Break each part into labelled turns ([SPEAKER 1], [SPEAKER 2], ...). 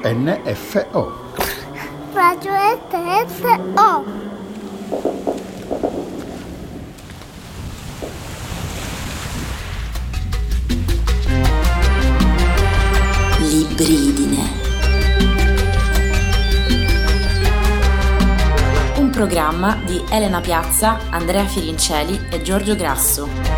[SPEAKER 1] NFO.
[SPEAKER 2] Radio NFO.
[SPEAKER 3] Libridine. Un programma di Elena Piazza, Andrea Firincelli e Giorgio Grasso.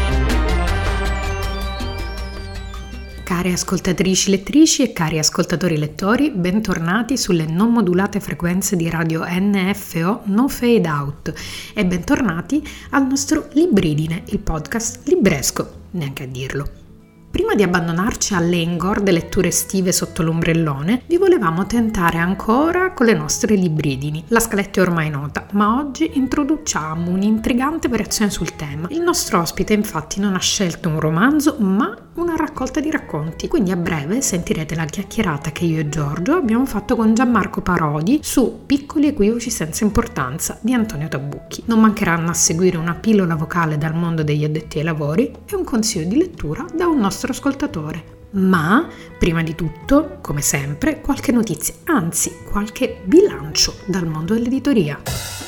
[SPEAKER 4] Care ascoltatrici lettrici e cari ascoltatori lettori, bentornati sulle non modulate frequenze di Radio NFO No Fade Out e bentornati al nostro Libridine, il podcast libresco, neanche a dirlo. Prima di abbandonarci alle ingorde letture estive sotto l'ombrellone, vi volevamo tentare ancora con le nostre libridini. La scaletta è ormai nota, ma oggi introduciamo un'intrigante variazione sul tema. Il nostro ospite infatti non ha scelto un romanzo, ma una raccolta di racconti. Quindi a breve sentirete la chiacchierata che io e Giorgio abbiamo fatto con Gianmarco Parodi su Piccoli equivoci senza importanza di Antonio Tabucchi. Non mancheranno a seguire una pillola vocale dal mondo degli addetti ai lavori e un consiglio di lettura da un nostro ascoltatore. Ma, prima di tutto, come sempre, qualche notizia, anzi, qualche bilancio dal mondo dell'editoria.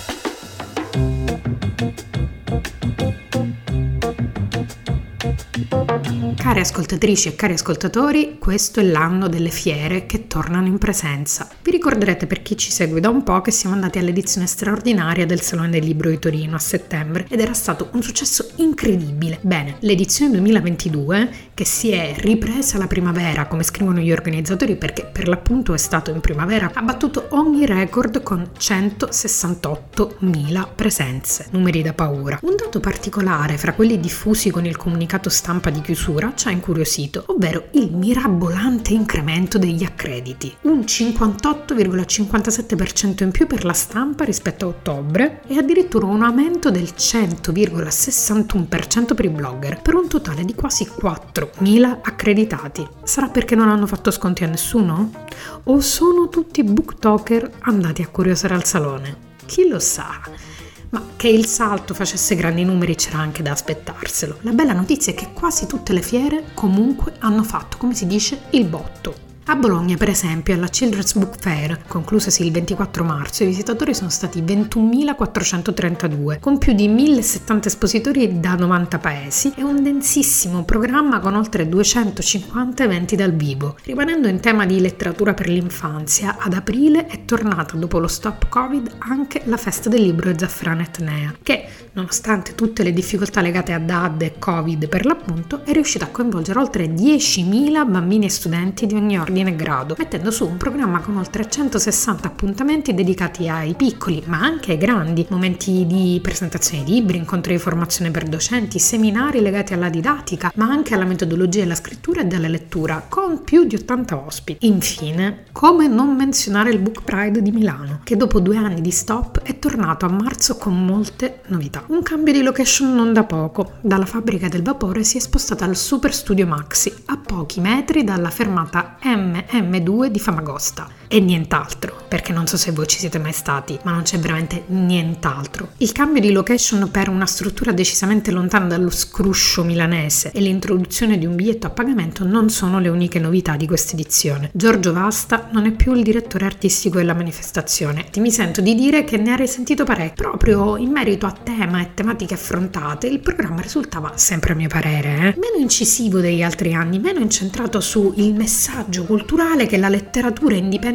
[SPEAKER 4] Care ascoltatrici e cari ascoltatori, questo è l'anno delle fiere che tornano in presenza. Vi ricorderete, per chi ci segue da un po', che siamo andati all'edizione straordinaria del Salone del Libro di Torino a settembre ed era stato un successo incredibile. Bene, l'edizione 2022, che si è ripresa alla primavera, come scrivono gli organizzatori, perché per l'appunto è stato in primavera, ha battuto ogni record con 168.000 presenze, numeri da paura. Un dato particolare fra quelli diffusi con il comunicato stampa di chiusura ci ha incuriosito, ovvero il mirabolante incremento degli accrediti, un 58,57% in più per la stampa rispetto a ottobre e addirittura un aumento del 100,61% per i blogger, per un totale di quasi 4.000 accreditati. Sarà perché non hanno fatto sconti a nessuno? O sono tutti booktoker andati a curiosare al salone? Chi lo sa? Ma che il salto facesse grandi numeri c'era anche da aspettarselo. La bella notizia è che quasi tutte le fiere comunque hanno fatto, come si dice, il botto. A Bologna, per esempio, alla Children's Book Fair, conclusasi il 24 marzo, i visitatori sono stati 21.432, con più di 1.070 espositori da 90 paesi e un densissimo programma con oltre 250 eventi dal vivo. Rimanendo in tema di letteratura per l'infanzia, ad aprile è tornata dopo lo stop Covid anche la Festa del Libro e Zafferana Etnea, che, nonostante tutte le difficoltà legate a DAD e Covid per l'appunto, è riuscita a coinvolgere oltre 10.000 bambini e studenti di ogni ordine e grado, mettendo su un programma con oltre 160 appuntamenti dedicati ai piccoli, ma anche ai grandi, momenti di presentazione di libri, incontri di formazione per docenti, seminari legati alla didattica, ma anche alla metodologia della scrittura e della lettura, con più di 80 ospiti. Infine, come non menzionare il Book Pride di Milano, che dopo 2 anni di stop è tornato a marzo con molte novità. Un cambio di location non da poco. Dalla fabbrica del vapore si è spostata al Super Studio Maxi, a pochi metri dalla fermata M2 di Famagosta. E nient'altro, perché non so se voi ci siete mai stati, ma non c'è veramente nient'altro. Il cambio di location per una struttura decisamente lontana dallo scruscio milanese e l'introduzione di un biglietto a pagamento non sono le uniche novità di questa edizione. Giorgio Vasta non è più il direttore artistico della manifestazione. Mi sento di dire che ne ha risentito parecchio. Proprio in merito a tema e tematiche affrontate, il programma risultava, sempre a mio parere, meno incisivo degli altri anni, meno incentrato sul messaggio culturale che la letteratura indipendente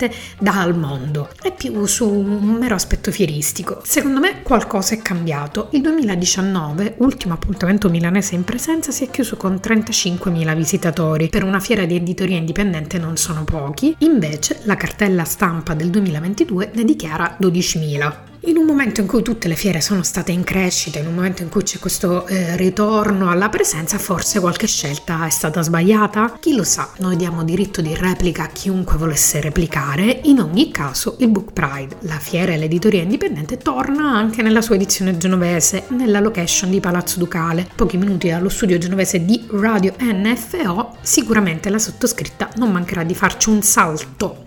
[SPEAKER 4] dà al mondo, e più su un mero aspetto fieristico. Secondo me qualcosa è cambiato. Il 2019, ultimo appuntamento milanese in presenza, si è chiuso con 35.000 visitatori. Per una fiera di editoria indipendente non sono pochi, invece la cartella stampa del 2022 ne dichiara 12.000. In un momento in cui tutte le fiere sono state in crescita, in un momento in cui c'è questo ritorno alla presenza, forse qualche scelta è stata sbagliata? Chi lo sa, noi diamo diritto di replica a chiunque volesse replicare. In ogni caso, il Book Pride, la fiera e l'editoria indipendente, torna anche nella sua edizione genovese, nella location di Palazzo Ducale, pochi minuti dallo studio genovese di Radio NFO. Sicuramente la sottoscritta non mancherà di farci un salto.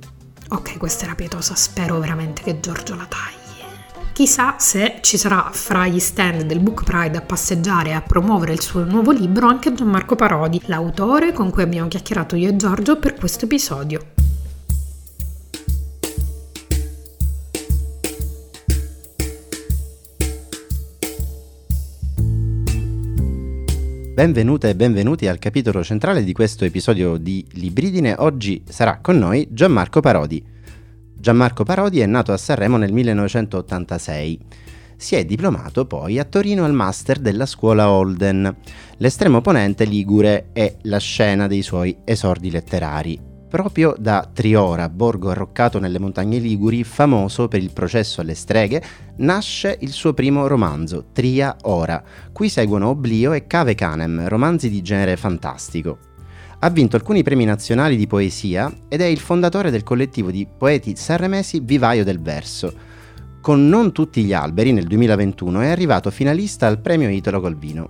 [SPEAKER 4] Ok, questa era pietosa, spero veramente che Giorgio la tagli. Chissà se ci sarà fra gli stand del Book Pride a passeggiare e a promuovere il suo nuovo libro anche Gianmarco Parodi, l'autore con cui abbiamo chiacchierato io e Giorgio per questo episodio.
[SPEAKER 1] Benvenute e benvenuti al capitolo centrale di questo episodio di Libridine. Oggi sarà con noi Gianmarco Parodi. Gianmarco Parodi è nato a Sanremo nel 1986. Si è diplomato poi a Torino al master della scuola Holden. L'estremo ponente ligure è la scena dei suoi esordi letterari. Proprio da Triora, borgo arroccato nelle montagne liguri, famoso per il processo alle streghe, nasce il suo primo romanzo, Tria Ora, cui seguono Oblio e Cave Canem, romanzi di genere fantastico. Ha vinto alcuni premi nazionali di poesia ed è il fondatore del collettivo di poeti sanremesi Vivaio del Verso. Con Non tutti gli alberi, nel 2021, è arrivato finalista al premio Italo Calvino.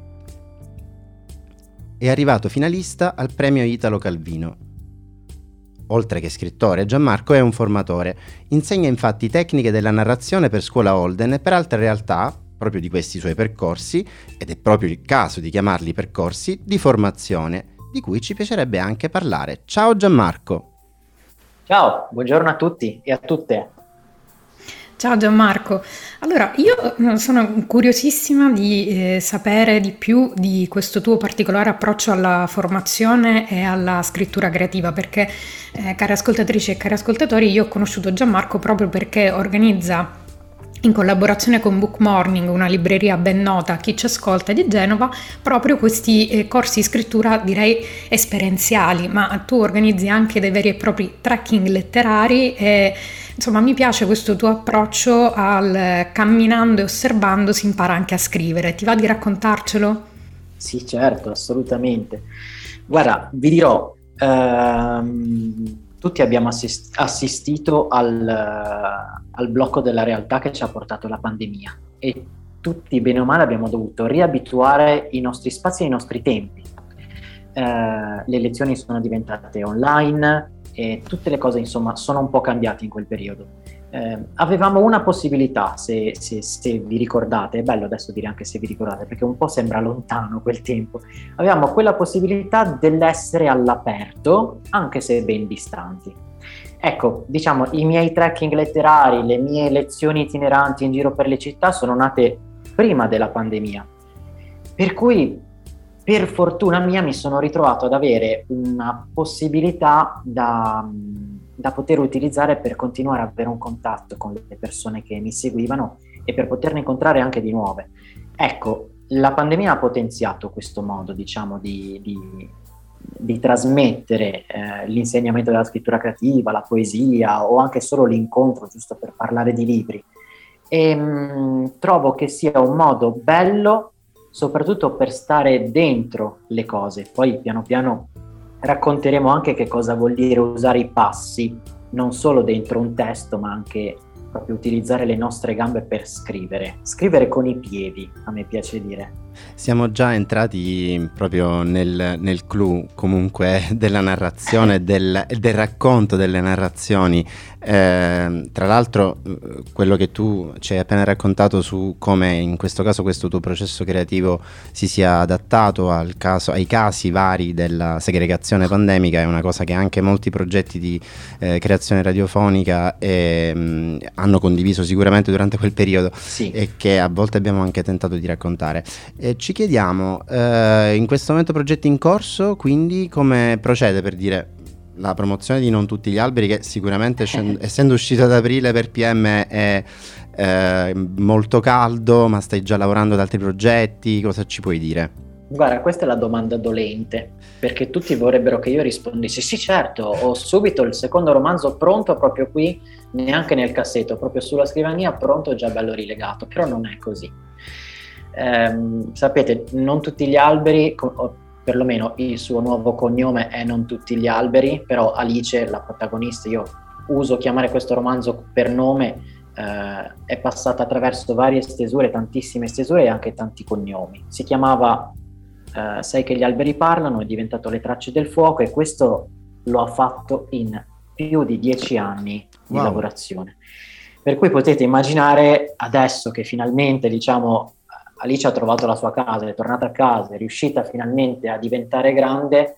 [SPEAKER 1] Oltre che scrittore, Gianmarco è un formatore. Insegna infatti tecniche della narrazione per scuola Holden e per altre realtà, proprio di questi suoi percorsi, ed è proprio il caso di chiamarli percorsi, di formazione, di cui ci piacerebbe anche parlare. Ciao Gianmarco!
[SPEAKER 5] Ciao, buongiorno a tutti e a tutte.
[SPEAKER 4] Ciao Gianmarco, allora io sono curiosissima di sapere di più di questo tuo particolare approccio alla formazione e alla scrittura creativa perché, cari ascoltatrici e cari ascoltatori, io ho conosciuto Gianmarco proprio perché organizza in collaborazione con Book Morning, una libreria ben nota a chi ci ascolta di Genova, proprio questi corsi di scrittura direi esperienziali, ma tu organizzi anche dei veri e propri trekking letterari e insomma mi piace questo tuo approccio al camminando e osservando si impara anche a scrivere. Ti va di raccontarcelo?
[SPEAKER 5] Sì, certo, assolutamente. Guarda, vi dirò, tutti abbiamo assistito al blocco della realtà che ci ha portato la pandemia e tutti, bene o male, abbiamo dovuto riabituare i nostri spazi ai nostri tempi. Le lezioni sono diventate online e tutte le cose, insomma, sono un po' cambiate in quel periodo. Avevamo una possibilità, se vi ricordate, è bello adesso dire anche se vi ricordate, perché un po' sembra lontano quel tempo. Avevamo quella possibilità dell'essere all'aperto, anche se ben distanti. Ecco, diciamo, i miei trekking letterari, le mie lezioni itineranti in giro per le città sono nate prima della pandemia, per cui per fortuna mia mi sono ritrovato ad avere una possibilità da poter utilizzare per continuare ad avere un contatto con le persone che mi seguivano e per poterne incontrare anche di nuove. Ecco, la pandemia ha potenziato questo modo, diciamo, di trasmettere l'insegnamento della scrittura creativa, la poesia o anche solo l'incontro, giusto per parlare di libri. E trovo che sia un modo bello soprattutto per stare dentro le cose. Poi piano piano racconteremo anche che cosa vuol dire usare i passi, non solo dentro un testo, ma anche proprio utilizzare le nostre gambe per scrivere. Scrivere con i piedi, a me piace dire.
[SPEAKER 1] Siamo già entrati proprio nel clou comunque della narrazione, del racconto delle narrazioni. Tra l'altro quello che tu ci hai appena raccontato su come in questo caso questo tuo processo creativo si sia adattato ai casi vari della segregazione pandemica è una cosa che anche molti progetti di creazione radiofonica hanno condiviso sicuramente durante quel periodo, sì, e che a volte abbiamo anche tentato di raccontare. Ci chiediamo, in questo momento progetti in corso, quindi come procede per dire la promozione di Non tutti gli alberi, che sicuramente essendo uscito ad aprile per PM è molto caldo, ma stai già lavorando ad altri progetti, cosa ci puoi dire?
[SPEAKER 5] Guarda, questa è la domanda dolente, perché tutti vorrebbero che io rispondessi sì certo, ho subito il secondo romanzo pronto proprio qui, neanche nel cassetto, proprio sulla scrivania, pronto, già bello rilegato, però non è così. Sapete, Non tutti gli alberi, o perlomeno il suo nuovo cognome è Non tutti gli alberi, però Alice, la protagonista, io uso chiamare questo romanzo per nome, è passata attraverso varie stesure, tantissime stesure e anche tanti cognomi. Si chiamava Sai che gli alberi parlano, è diventato Le tracce del fuoco e questo lo ha fatto in più di 10 anni di lavorazione. Per cui potete immaginare adesso che finalmente, diciamo, Alice ha trovato la sua casa, è tornata a casa, è riuscita finalmente a diventare grande,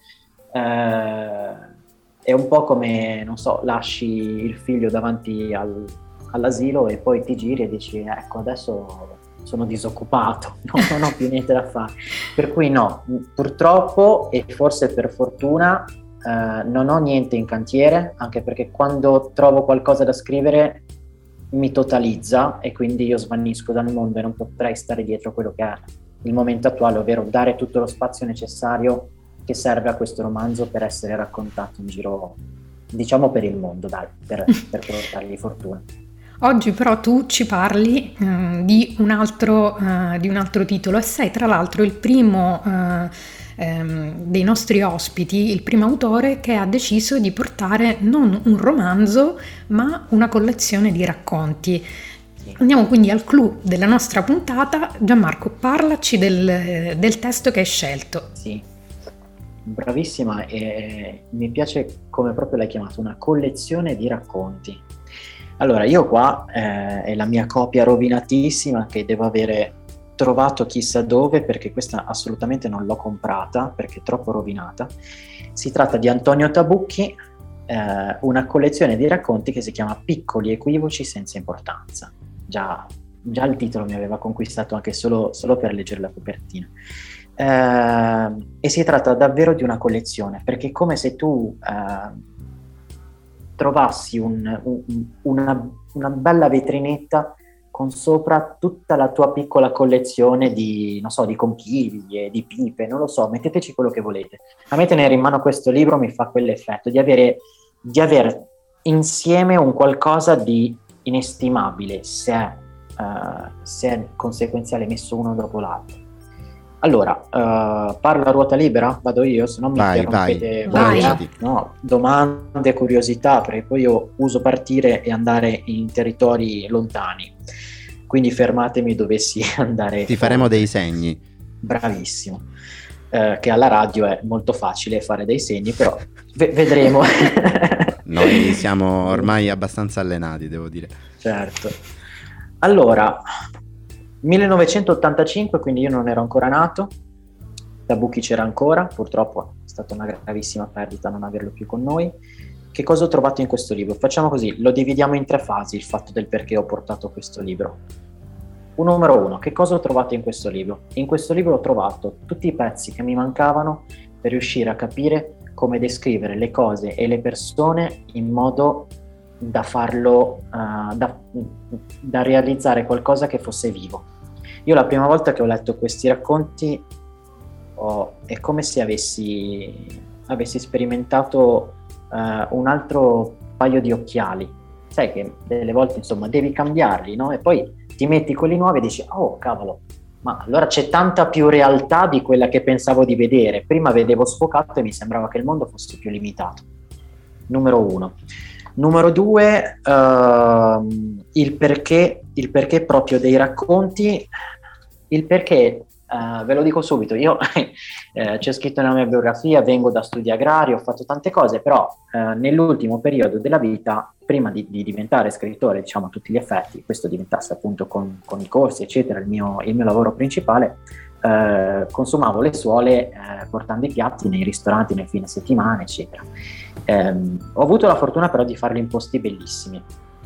[SPEAKER 5] è un po' come, non so, lasci il figlio davanti all'asilo e poi ti giri e dici, ecco, adesso sono disoccupato, non ho più niente da fare. Per cui no, purtroppo e forse per fortuna non ho niente in cantiere, anche perché quando trovo qualcosa da scrivere mi totalizza e quindi io svanisco dal mondo e non potrei stare dietro quello che è il momento attuale, ovvero dare tutto lo spazio necessario che serve a questo romanzo per essere raccontato in giro, diciamo, per il mondo, dai, per portargli fortuna.
[SPEAKER 4] Oggi però tu ci parli di un altro titolo e sei tra l'altro il primo dei nostri ospiti, il primo autore che ha deciso di portare non un romanzo ma una collezione di racconti. Sì. Andiamo quindi al clou della nostra puntata. Gianmarco, parlaci del testo che hai scelto.
[SPEAKER 5] Sì, bravissima, e mi piace come proprio l'hai chiamato, una collezione di racconti. Allora, io qua è la mia copia rovinatissima che devo avere trovato chissà dove, perché questa assolutamente non l'ho comprata perché è troppo rovinata. Si tratta di Antonio Tabucchi, una collezione di racconti che si chiama Piccoli equivoci senza importanza. Già il titolo mi aveva conquistato anche solo per leggere la copertina. E si tratta davvero di una collezione, perché è come se tu trovassi una bella vetrinetta con sopra tutta la tua piccola collezione di, non so, di conchiglie, di pipe, non lo so, metteteci quello che volete. A me tenere in mano questo libro mi fa quell'effetto di avere insieme un qualcosa di inestimabile, se è conseguenziale messo uno dopo l'altro. Allora, parlo a ruota libera? Vado io, se no mi interrompete voi. No, domande, curiosità, perché poi io uso partire e andare in territori lontani, quindi fermatemi dovessi andare.
[SPEAKER 1] Ti faremo dei segni.
[SPEAKER 5] Bravissimo, che alla radio è molto facile fare dei segni, però vedremo.
[SPEAKER 1] Noi siamo ormai abbastanza allenati, devo dire.
[SPEAKER 5] Certo. Allora, 1985, quindi io non ero ancora nato, Tabucchi c'era ancora, purtroppo è stata una gravissima perdita non averlo più con noi. Che cosa ho trovato in questo libro? Facciamo così, lo dividiamo in 3 fasi, il fatto del perché ho portato questo libro. Numero 1, che cosa ho trovato in questo libro? In questo libro ho trovato tutti i pezzi che mi mancavano per riuscire a capire come descrivere le cose e le persone in modo da farlo, da realizzare qualcosa che fosse vivo. Io la prima volta che ho letto questi racconti è come se avessi sperimentato un altro paio di occhiali. Sai che delle volte insomma devi cambiarli, no? E poi ti metti quelli nuovi e dici oh cavolo, ma allora c'è tanta più realtà di quella che pensavo di vedere. Prima vedevo sfocato e mi sembrava che il mondo fosse più limitato. Numero 1. Numero 2, il perché proprio dei racconti. Il perché, ve lo dico subito, io c'è scritto nella mia biografia, vengo da studi agrari, ho fatto tante cose, però nell'ultimo periodo della vita, prima di diventare scrittore, diciamo a tutti gli effetti, questo diventasse appunto con i corsi, eccetera, il mio lavoro principale, consumavo le suole portando i piatti nei ristoranti nel fine settimana, eccetera. Ho avuto la fortuna però di farli in posti bellissimi.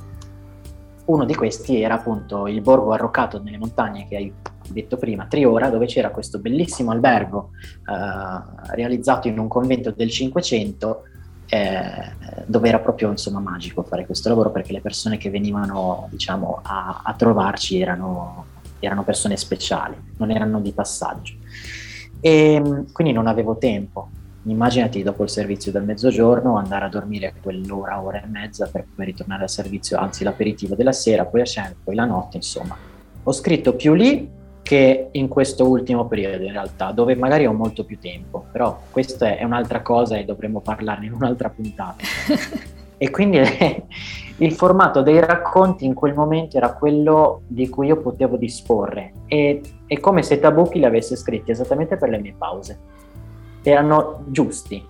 [SPEAKER 5] Uno di questi era appunto il borgo arroccato nelle montagne che hai detto prima, Triora, dove c'era questo bellissimo albergo realizzato in un convento del Cinquecento, dove era proprio insomma magico fare questo lavoro, perché le persone che venivano diciamo a trovarci erano persone speciali, non erano di passaggio, e quindi non avevo tempo. Immaginati dopo il servizio del mezzogiorno andare a dormire quell'ora, ora e mezza per poi ritornare al servizio, anzi l'aperitivo della sera, poi a cena, poi la notte, insomma. Ho scritto più lì che in questo ultimo periodo in realtà, dove magari ho molto più tempo, però questa è un'altra cosa e dovremmo parlarne in un'altra puntata. E quindi il formato dei racconti in quel momento era quello di cui io potevo disporre, e è come se Tabucchi li avesse scritti esattamente per le mie pause. Erano giusti.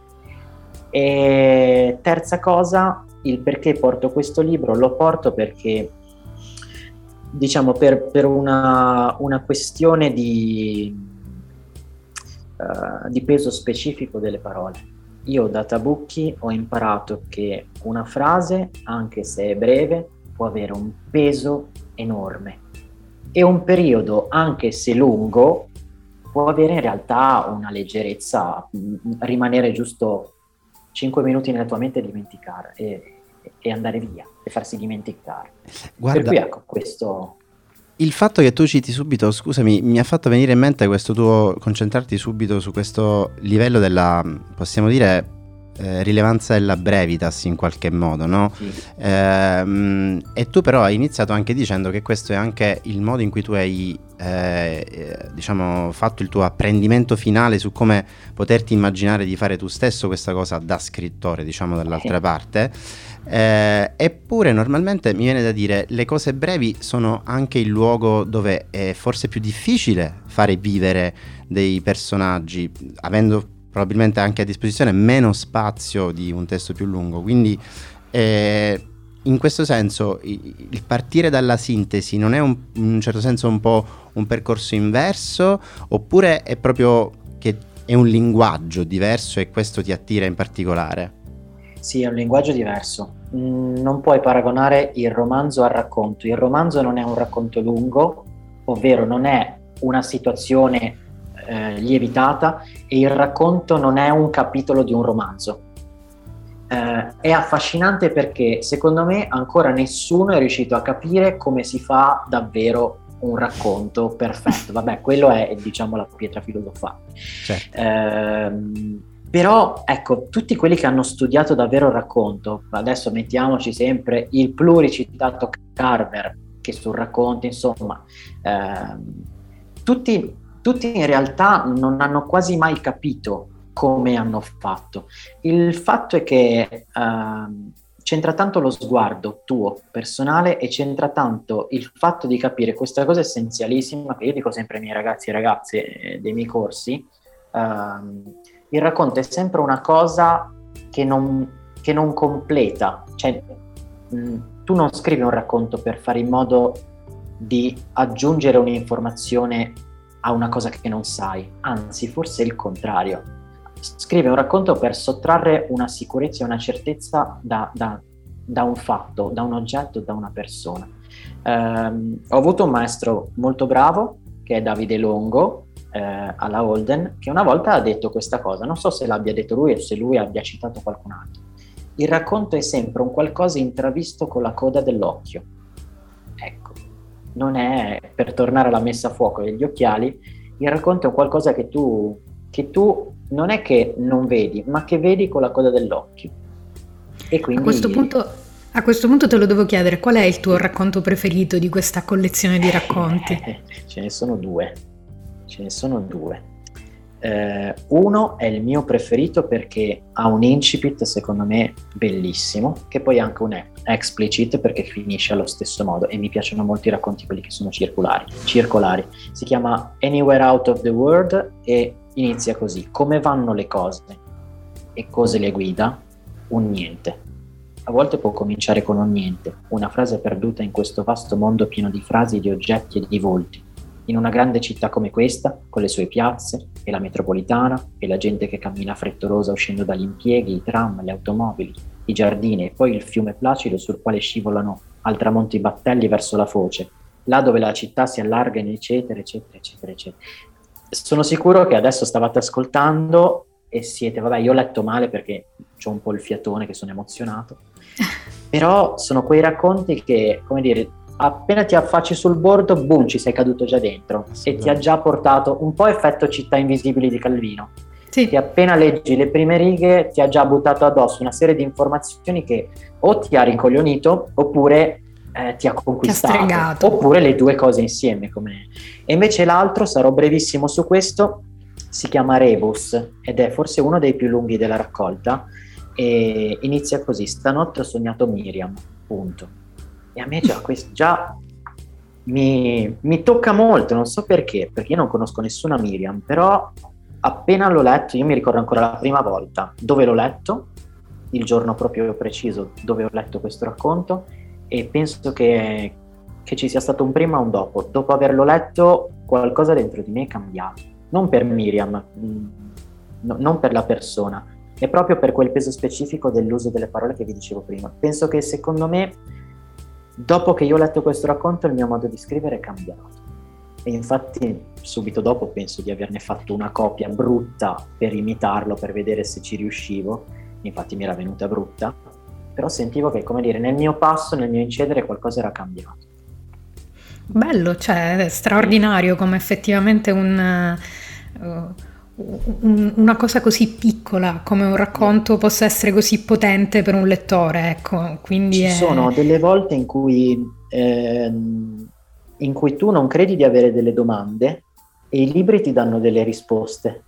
[SPEAKER 5] E terza cosa, il perché porto questo libro, lo porto perché diciamo per una questione di peso specifico delle parole. Io da Tabucchi ho imparato che una frase, anche se è breve, può avere un peso enorme, E un periodo, anche se lungo, può avere in realtà una leggerezza, rimanere giusto 5 minuti nella tua mente e dimenticare, e andare via, e farsi dimenticare.
[SPEAKER 1] Guarda,
[SPEAKER 5] per cui ecco, questo...
[SPEAKER 1] Il fatto che tu citi subito, scusami, mi ha fatto venire in mente questo tuo concentrarti subito su questo livello della, possiamo dire, rilevanza della brevitas in qualche modo, no?
[SPEAKER 5] Sì.
[SPEAKER 1] E tu però hai iniziato anche dicendo che questo è anche il modo in cui tu hai diciamo fatto il tuo apprendimento finale su come poterti immaginare di fare tu stesso questa cosa da scrittore, diciamo, dall'altra parte. Eppure normalmente mi viene da dire le cose brevi sono anche il luogo dove è forse più difficile fare vivere dei personaggi, avendo probabilmente anche a disposizione meno spazio di un testo più lungo. Quindi in questo senso il partire dalla sintesi non è in un certo senso un po' un percorso inverso, oppure è proprio che è un linguaggio diverso e questo ti attira in particolare?
[SPEAKER 5] Sì, è un linguaggio diverso. Non puoi paragonare il romanzo al racconto. Il romanzo non è un racconto lungo, ovvero non è una situazione lievitata, e il racconto non è un capitolo di un romanzo. È affascinante perché secondo me ancora nessuno è riuscito a capire come si fa davvero un racconto perfetto. Vabbè, quello è, diciamo, la pietra filosofale.
[SPEAKER 1] Certo.
[SPEAKER 5] Però ecco, tutti quelli che hanno studiato davvero il racconto, adesso mettiamoci sempre il pluricitato Carver, che sul racconto, insomma, tutti in realtà non hanno quasi mai capito come hanno fatto. Il fatto è che c'entra tanto lo sguardo tuo personale, e c'entra tanto il fatto di capire questa cosa essenzialissima che io dico sempre ai miei ragazzi e ragazze dei miei corsi. Il racconto è sempre una cosa che non completa, cioè tu non scrivi un racconto per fare in modo di aggiungere un'informazione a una cosa che non sai, anzi forse è il contrario. Scrivi un racconto per sottrarre una sicurezza e una certezza da un fatto, da un oggetto, da una persona. Ho avuto un maestro molto bravo, che è Davide Longo, alla Holden, che una volta ha detto questa cosa, non so se l'abbia detto lui o se lui abbia citato qualcun altro: il racconto è sempre un qualcosa intravisto con la coda dell'occhio. Ecco, non è, per tornare alla messa a fuoco degli occhiali, il racconto è un qualcosa che tu non è che non vedi, ma che vedi con la coda dell'occhio. E quindi
[SPEAKER 4] a questo punto te lo devo chiedere, qual è il tuo racconto preferito di questa collezione di racconti?
[SPEAKER 5] Ce ne sono due. Uno è il mio preferito perché ha un incipit secondo me bellissimo, che poi è anche un explicit perché finisce allo stesso modo, e mi piacciono molto i racconti quelli che sono circolari. Si chiama Anywhere Out of the World e inizia così: come vanno le cose e cosa le guida? Un niente. A volte può cominciare con un niente, una frase perduta in questo vasto mondo pieno di frasi, di oggetti e di volti. In una grande città come questa, con le sue piazze, e la metropolitana, e la gente che cammina frettolosa uscendo dagli impieghi, i tram, le automobili, i giardini, e poi il fiume placido sul quale scivolano al tramonto i battelli verso la foce, là dove la città si allarga, eccetera, eccetera, eccetera, eccetera. Sono sicuro che adesso stavate ascoltando e siete, vabbè, io ho letto male perché c'ho un po' il fiatone, che sono emozionato, però sono quei racconti che, come dire, appena ti affacci sul bordo, boom, ci sei caduto già dentro, e ti ha già portato un po' effetto Città Invisibili di Calvino,
[SPEAKER 4] sì,
[SPEAKER 5] che appena leggi le prime righe ti ha già buttato addosso una serie di informazioni che o ti ha rincoglionito oppure ti ha conquistato,
[SPEAKER 4] ti ha stregato,
[SPEAKER 5] oppure le due cose insieme. E invece l'altro, sarò brevissimo su questo, si chiama Rebus ed è forse uno dei più lunghi della raccolta, e inizia così: stanotte ho sognato Miriam, punto. E a me già mi tocca molto, non so perché io non conosco nessuna Miriam, però appena l'ho letto, io mi ricordo ancora la prima volta dove l'ho letto, il giorno proprio preciso dove ho letto questo racconto, e penso che ci sia stato un prima e un dopo. Dopo averlo letto, qualcosa dentro di me è cambiato, non per Miriam, non per la persona, è proprio per quel peso specifico dell'uso delle parole che vi dicevo prima. Penso che secondo me, dopo che io ho letto questo racconto, il mio modo di scrivere è cambiato. e infatti subito dopo penso di averne fatto una copia brutta per imitarlo, per vedere se ci riuscivo, infatti mi era venuta brutta, però sentivo che, come dire, nel mio passo, nel mio incedere qualcosa era cambiato.
[SPEAKER 4] Bello, cioè è straordinario come effettivamente una cosa così piccola come un racconto possa essere così potente per un lettore, ecco. Quindi
[SPEAKER 5] ci sono delle volte in cui tu non credi di avere delle domande e i libri ti danno delle risposte.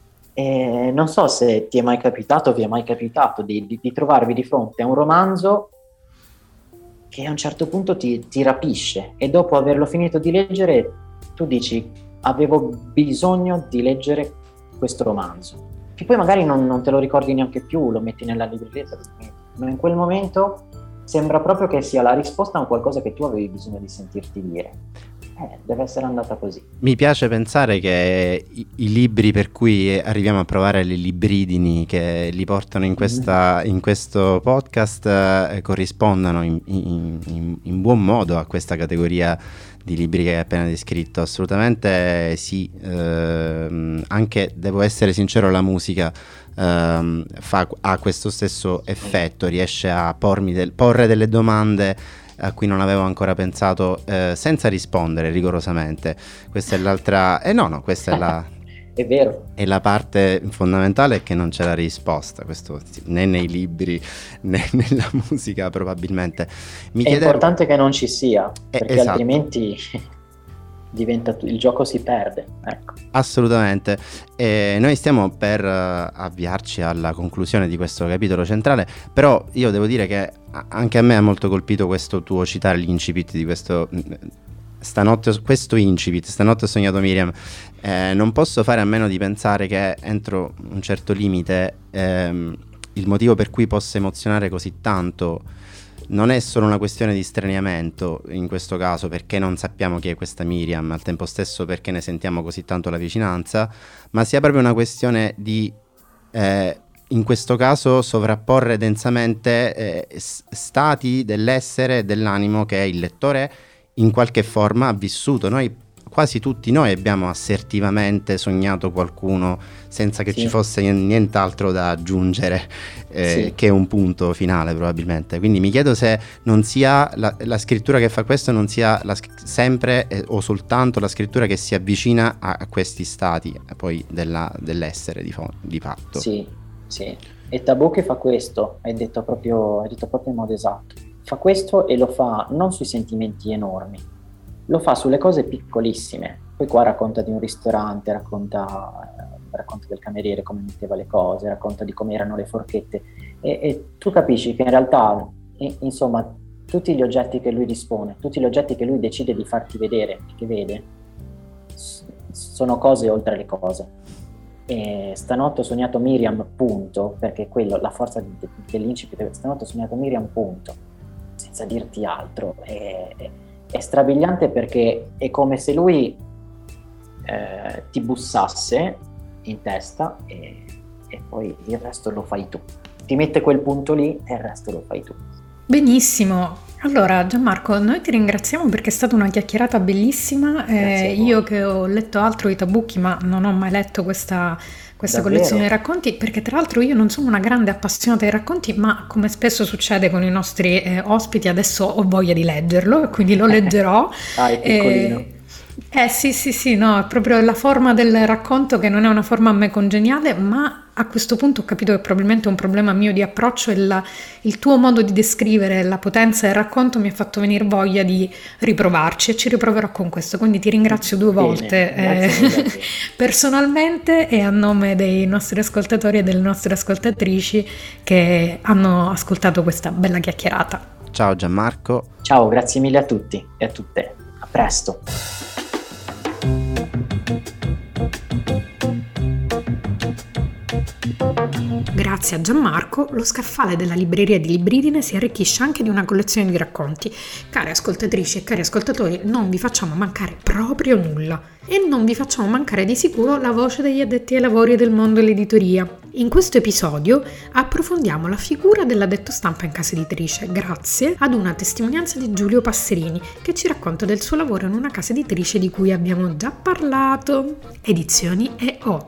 [SPEAKER 5] E non so se ti è mai capitato, vi è mai capitato di trovarvi di fronte a un romanzo che a un certo punto ti rapisce, e dopo averlo finito di leggere tu dici: avevo bisogno di leggere questo romanzo, che poi magari non te lo ricordi neanche più, lo metti nella libreria, ma in quel momento sembra proprio che sia la risposta a un qualcosa che tu avevi bisogno di sentirti dire. Deve essere andata così.
[SPEAKER 1] Mi piace pensare che i libri per cui arriviamo a provare le libridini che li portano in questo podcast corrispondano in buon modo a questa categoria di libri che hai appena descritto. Assolutamente sì. Anche, devo essere sincero, la musica ha questo stesso effetto, riesce a porre delle domande a cui non avevo ancora pensato, senza rispondere rigorosamente. Questa è l'altra... questa è la...
[SPEAKER 5] È vero.
[SPEAKER 1] E la parte fondamentale è che non c'è la risposta, questo né nei libri né nella musica probabilmente.
[SPEAKER 5] Importante che non ci sia, perché
[SPEAKER 1] esatto.
[SPEAKER 5] Altrimenti il gioco si perde, ecco.
[SPEAKER 1] Assolutamente. Noi stiamo per avviarci alla conclusione di questo capitolo centrale, però io devo dire che anche a me ha molto colpito questo tuo citare l'incipit di questo incipit, stanotte ho sognato Miriam. Non posso fare a meno di pensare che entro un certo limite il motivo per cui possa emozionare così tanto non è solo una questione di straniamento in questo caso, perché non sappiamo chi è questa Miriam, al tempo stesso perché ne sentiamo così tanto la vicinanza, ma sia proprio una questione di in questo caso sovrapporre densamente stati dell'essere e dell'animo che il lettore in qualche forma ha vissuto. Quasi tutti noi abbiamo assertivamente sognato qualcuno senza che ci fosse nient'altro da aggiungere, che un punto finale probabilmente. Quindi mi chiedo se non sia la scrittura che fa questo non sia sempre o soltanto la scrittura che si avvicina a questi stati poi dell'essere di fatto. Sì.
[SPEAKER 5] E Tabù che fa questo, hai detto proprio in modo esatto. Fa questo e lo fa non sui sentimenti enormi, lo fa sulle cose piccolissime. Poi qua racconta di un ristorante, racconta del cameriere come metteva le cose, racconta di come erano le forchette, e tu capisci che in realtà, insomma, tutti gli oggetti che lui dispone, tutti gli oggetti che lui decide di farti vedere, che vede, sono cose oltre le cose. E stanotte ho sognato Miriam, punto, perché quello, la forza dell'incipit, stanotte ho sognato Miriam, punto, senza dirti altro. È strabiliante perché è come se lui ti bussasse in testa e poi il resto lo fai tu. Ti mette quel punto lì e il resto lo fai tu.
[SPEAKER 4] Benissimo. Allora Gianmarco, noi ti ringraziamo perché è stata una chiacchierata bellissima. Io che ho letto altro di Tabucchi, ma non ho mai letto questa collezione di racconti, perché tra l'altro io non sono una grande appassionata di racconti, ma come spesso succede con i nostri ospiti adesso ho voglia di leggerlo e quindi lo leggerò.
[SPEAKER 5] È piccolino.
[SPEAKER 4] Sì, no, è proprio la forma del racconto che non è una forma a me congeniale, ma a questo punto ho capito che probabilmente è un problema mio di approccio, e il tuo modo di descrivere la potenza del racconto mi ha fatto venire voglia di riprovarci, e ci riproverò con questo, quindi ti ringrazio due volte personalmente e a nome dei nostri ascoltatori e delle nostre ascoltatrici che hanno ascoltato questa bella chiacchierata.
[SPEAKER 1] Ciao Gianmarco.
[SPEAKER 5] Ciao, grazie mille a tutti e a tutte, a presto.
[SPEAKER 4] Grazie a Gianmarco, lo scaffale della libreria di Libridine si arricchisce anche di una collezione di racconti. Care ascoltatrici e cari ascoltatori, non vi facciamo mancare proprio nulla, e non vi facciamo mancare di sicuro la voce degli addetti ai lavori del mondo dell'editoria. In questo episodio approfondiamo la figura dell'addetto stampa in casa editrice grazie ad una testimonianza di Giulio Passerini che ci racconta del suo lavoro in una casa editrice di cui abbiamo già parlato, Edizioni E.O.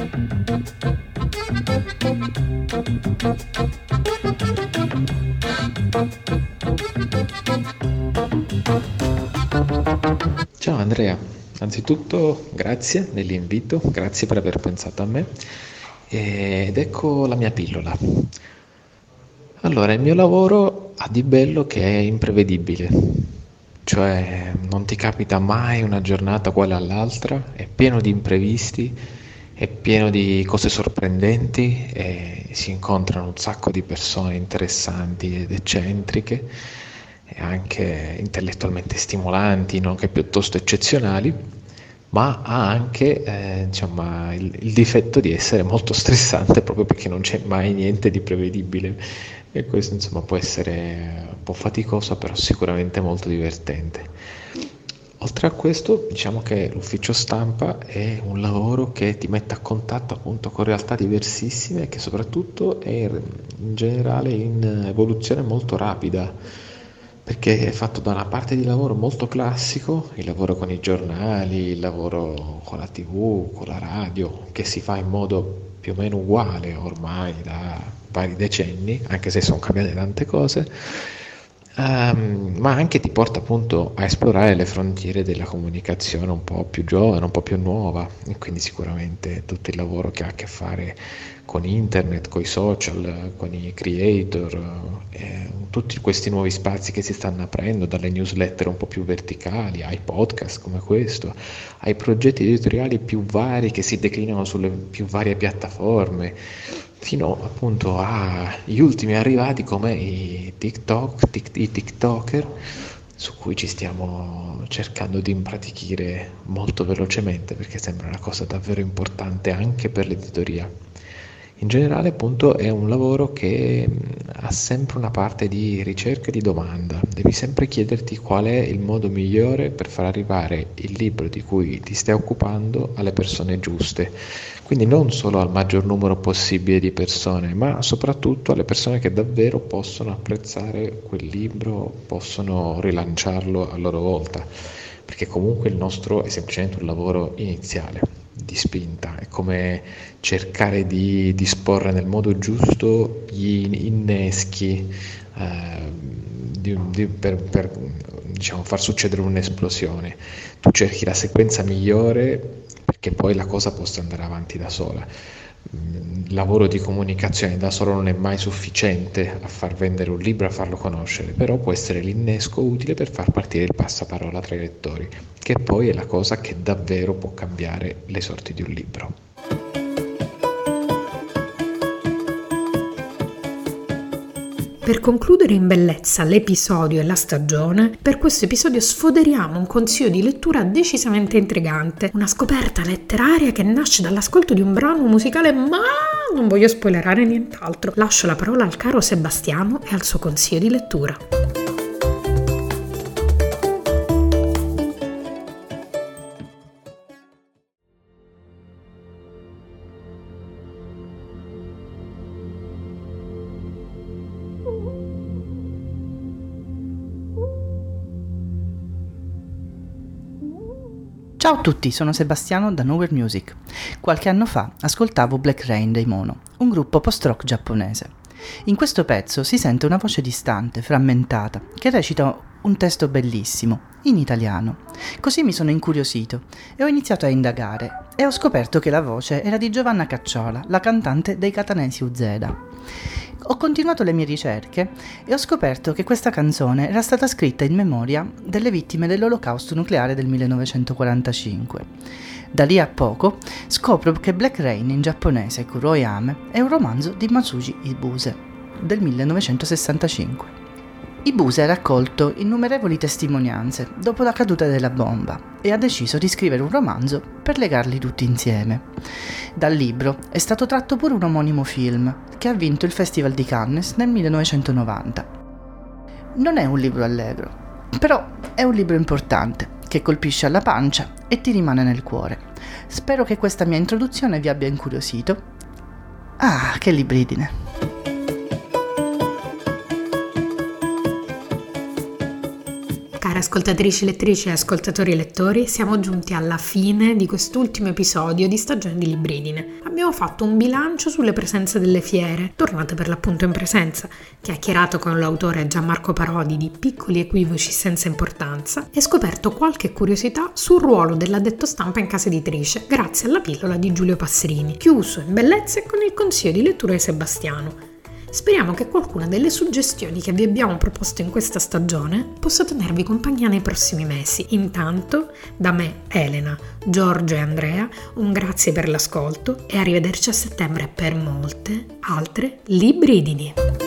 [SPEAKER 6] Ciao Andrea, anzitutto grazie dell'invito, grazie per aver pensato a me ed ecco la mia pillola. Allora, il mio lavoro ha di bello che è imprevedibile, cioè non ti capita mai una giornata uguale all'altra, è pieno di imprevisti, è pieno di cose sorprendenti e si incontrano un sacco di persone interessanti ed eccentriche e anche intellettualmente stimolanti, nonché piuttosto eccezionali, ma ha anche il difetto di essere molto stressante proprio perché non c'è mai niente di prevedibile e questo può essere un po' faticoso, però sicuramente molto divertente. Oltre a questo, diciamo che l'ufficio stampa è un lavoro che ti mette a contatto appunto con realtà diversissime e che soprattutto è in generale in evoluzione molto rapida, perché è fatto da una parte di lavoro molto classico, il lavoro con i giornali, il lavoro con la TV, con la radio, che si fa in modo più o meno uguale ormai da vari decenni, anche se sono cambiate tante cose, ma anche ti porta appunto a esplorare le frontiere della comunicazione un po' più giovane, un po' più nuova, e quindi sicuramente tutto il lavoro che ha a che fare con internet, con i social, con i creator, tutti questi nuovi spazi che si stanno aprendo, dalle newsletter un po' più verticali ai podcast come questo, ai progetti editoriali più vari che si declinano sulle più varie piattaforme, fino appunto agli ultimi arrivati come i TikToker, su cui ci stiamo cercando di impratichire molto velocemente perché sembra una cosa davvero importante anche per l'editoria. In generale appunto è un lavoro che ha sempre una parte di ricerca e di domanda, devi sempre chiederti qual è il modo migliore per far arrivare il libro di cui ti stai occupando alle persone giuste, quindi non solo al maggior numero possibile di persone, ma soprattutto alle persone che davvero possono apprezzare quel libro, possono rilanciarlo a loro volta, perché comunque il nostro è semplicemente un lavoro iniziale, di spinta, è come cercare di disporre nel modo giusto gli inneschi per far succedere un'esplosione. Tu cerchi la sequenza migliore perché poi la cosa possa andare avanti da sola. Il lavoro di comunicazione da solo non è mai sufficiente a far vendere un libro, a farlo conoscere, però può essere l'innesco utile per far partire il passaparola tra i lettori, che poi è la cosa che davvero può cambiare le sorti di un libro.
[SPEAKER 4] Per concludere in bellezza l'episodio e la stagione, per questo episodio sfoderiamo un consiglio di lettura decisamente intrigante, una scoperta letteraria che nasce dall'ascolto di un brano musicale, ma non voglio spoilerare nient'altro. Lascio la parola al caro Sebastiano e al suo consiglio di lettura.
[SPEAKER 7] Ciao a tutti, sono Sebastiano da Nowhere Music. Qualche anno fa ascoltavo Black Rain dei Mono, un gruppo post-rock giapponese. In questo pezzo si sente una voce distante, frammentata, che recita un testo bellissimo, in italiano. Così mi sono incuriosito e ho iniziato a indagare e ho scoperto che la voce era di Giovanna Cacciola, la cantante dei Catanesi Uzeda. Ho continuato le mie ricerche e ho scoperto che questa canzone era stata scritta in memoria delle vittime dell'olocausto nucleare del 1945. Da lì a poco scopro che Black Rain in giapponese Kuroyame è un romanzo di Masuji Ibuse del 1965. Ibuse ha raccolto innumerevoli testimonianze dopo la caduta della bomba e ha deciso di scrivere un romanzo per legarli tutti insieme. Dal libro è stato tratto pure un omonimo film che ha vinto il Festival di Cannes nel 1990. Non è un libro allegro, però è un libro importante che colpisce alla pancia e ti rimane nel cuore. Spero che questa mia introduzione vi abbia incuriosito. Ah, che libridine!
[SPEAKER 4] Cari ascoltatrici lettrici e ascoltatori lettori, siamo giunti alla fine di quest'ultimo episodio di Stagione di Libridine. Abbiamo fatto un bilancio sulle presenze delle fiere, tornate per l'appunto in presenza, chiacchierato con l'autore Gianmarco Parodi di Piccoli equivoci senza importanza e scoperto qualche curiosità sul ruolo dell'addetto stampa in casa editrice, grazie alla pillola di Giulio Passerini, chiuso in bellezza e con il consiglio di lettura di Sebastiano. Speriamo che qualcuna delle suggestioni che vi abbiamo proposto in questa stagione possa tenervi compagnia nei prossimi mesi. Intanto, da me, Elena, Giorgio e Andrea, un grazie per l'ascolto e arrivederci a settembre per molte altre libridini.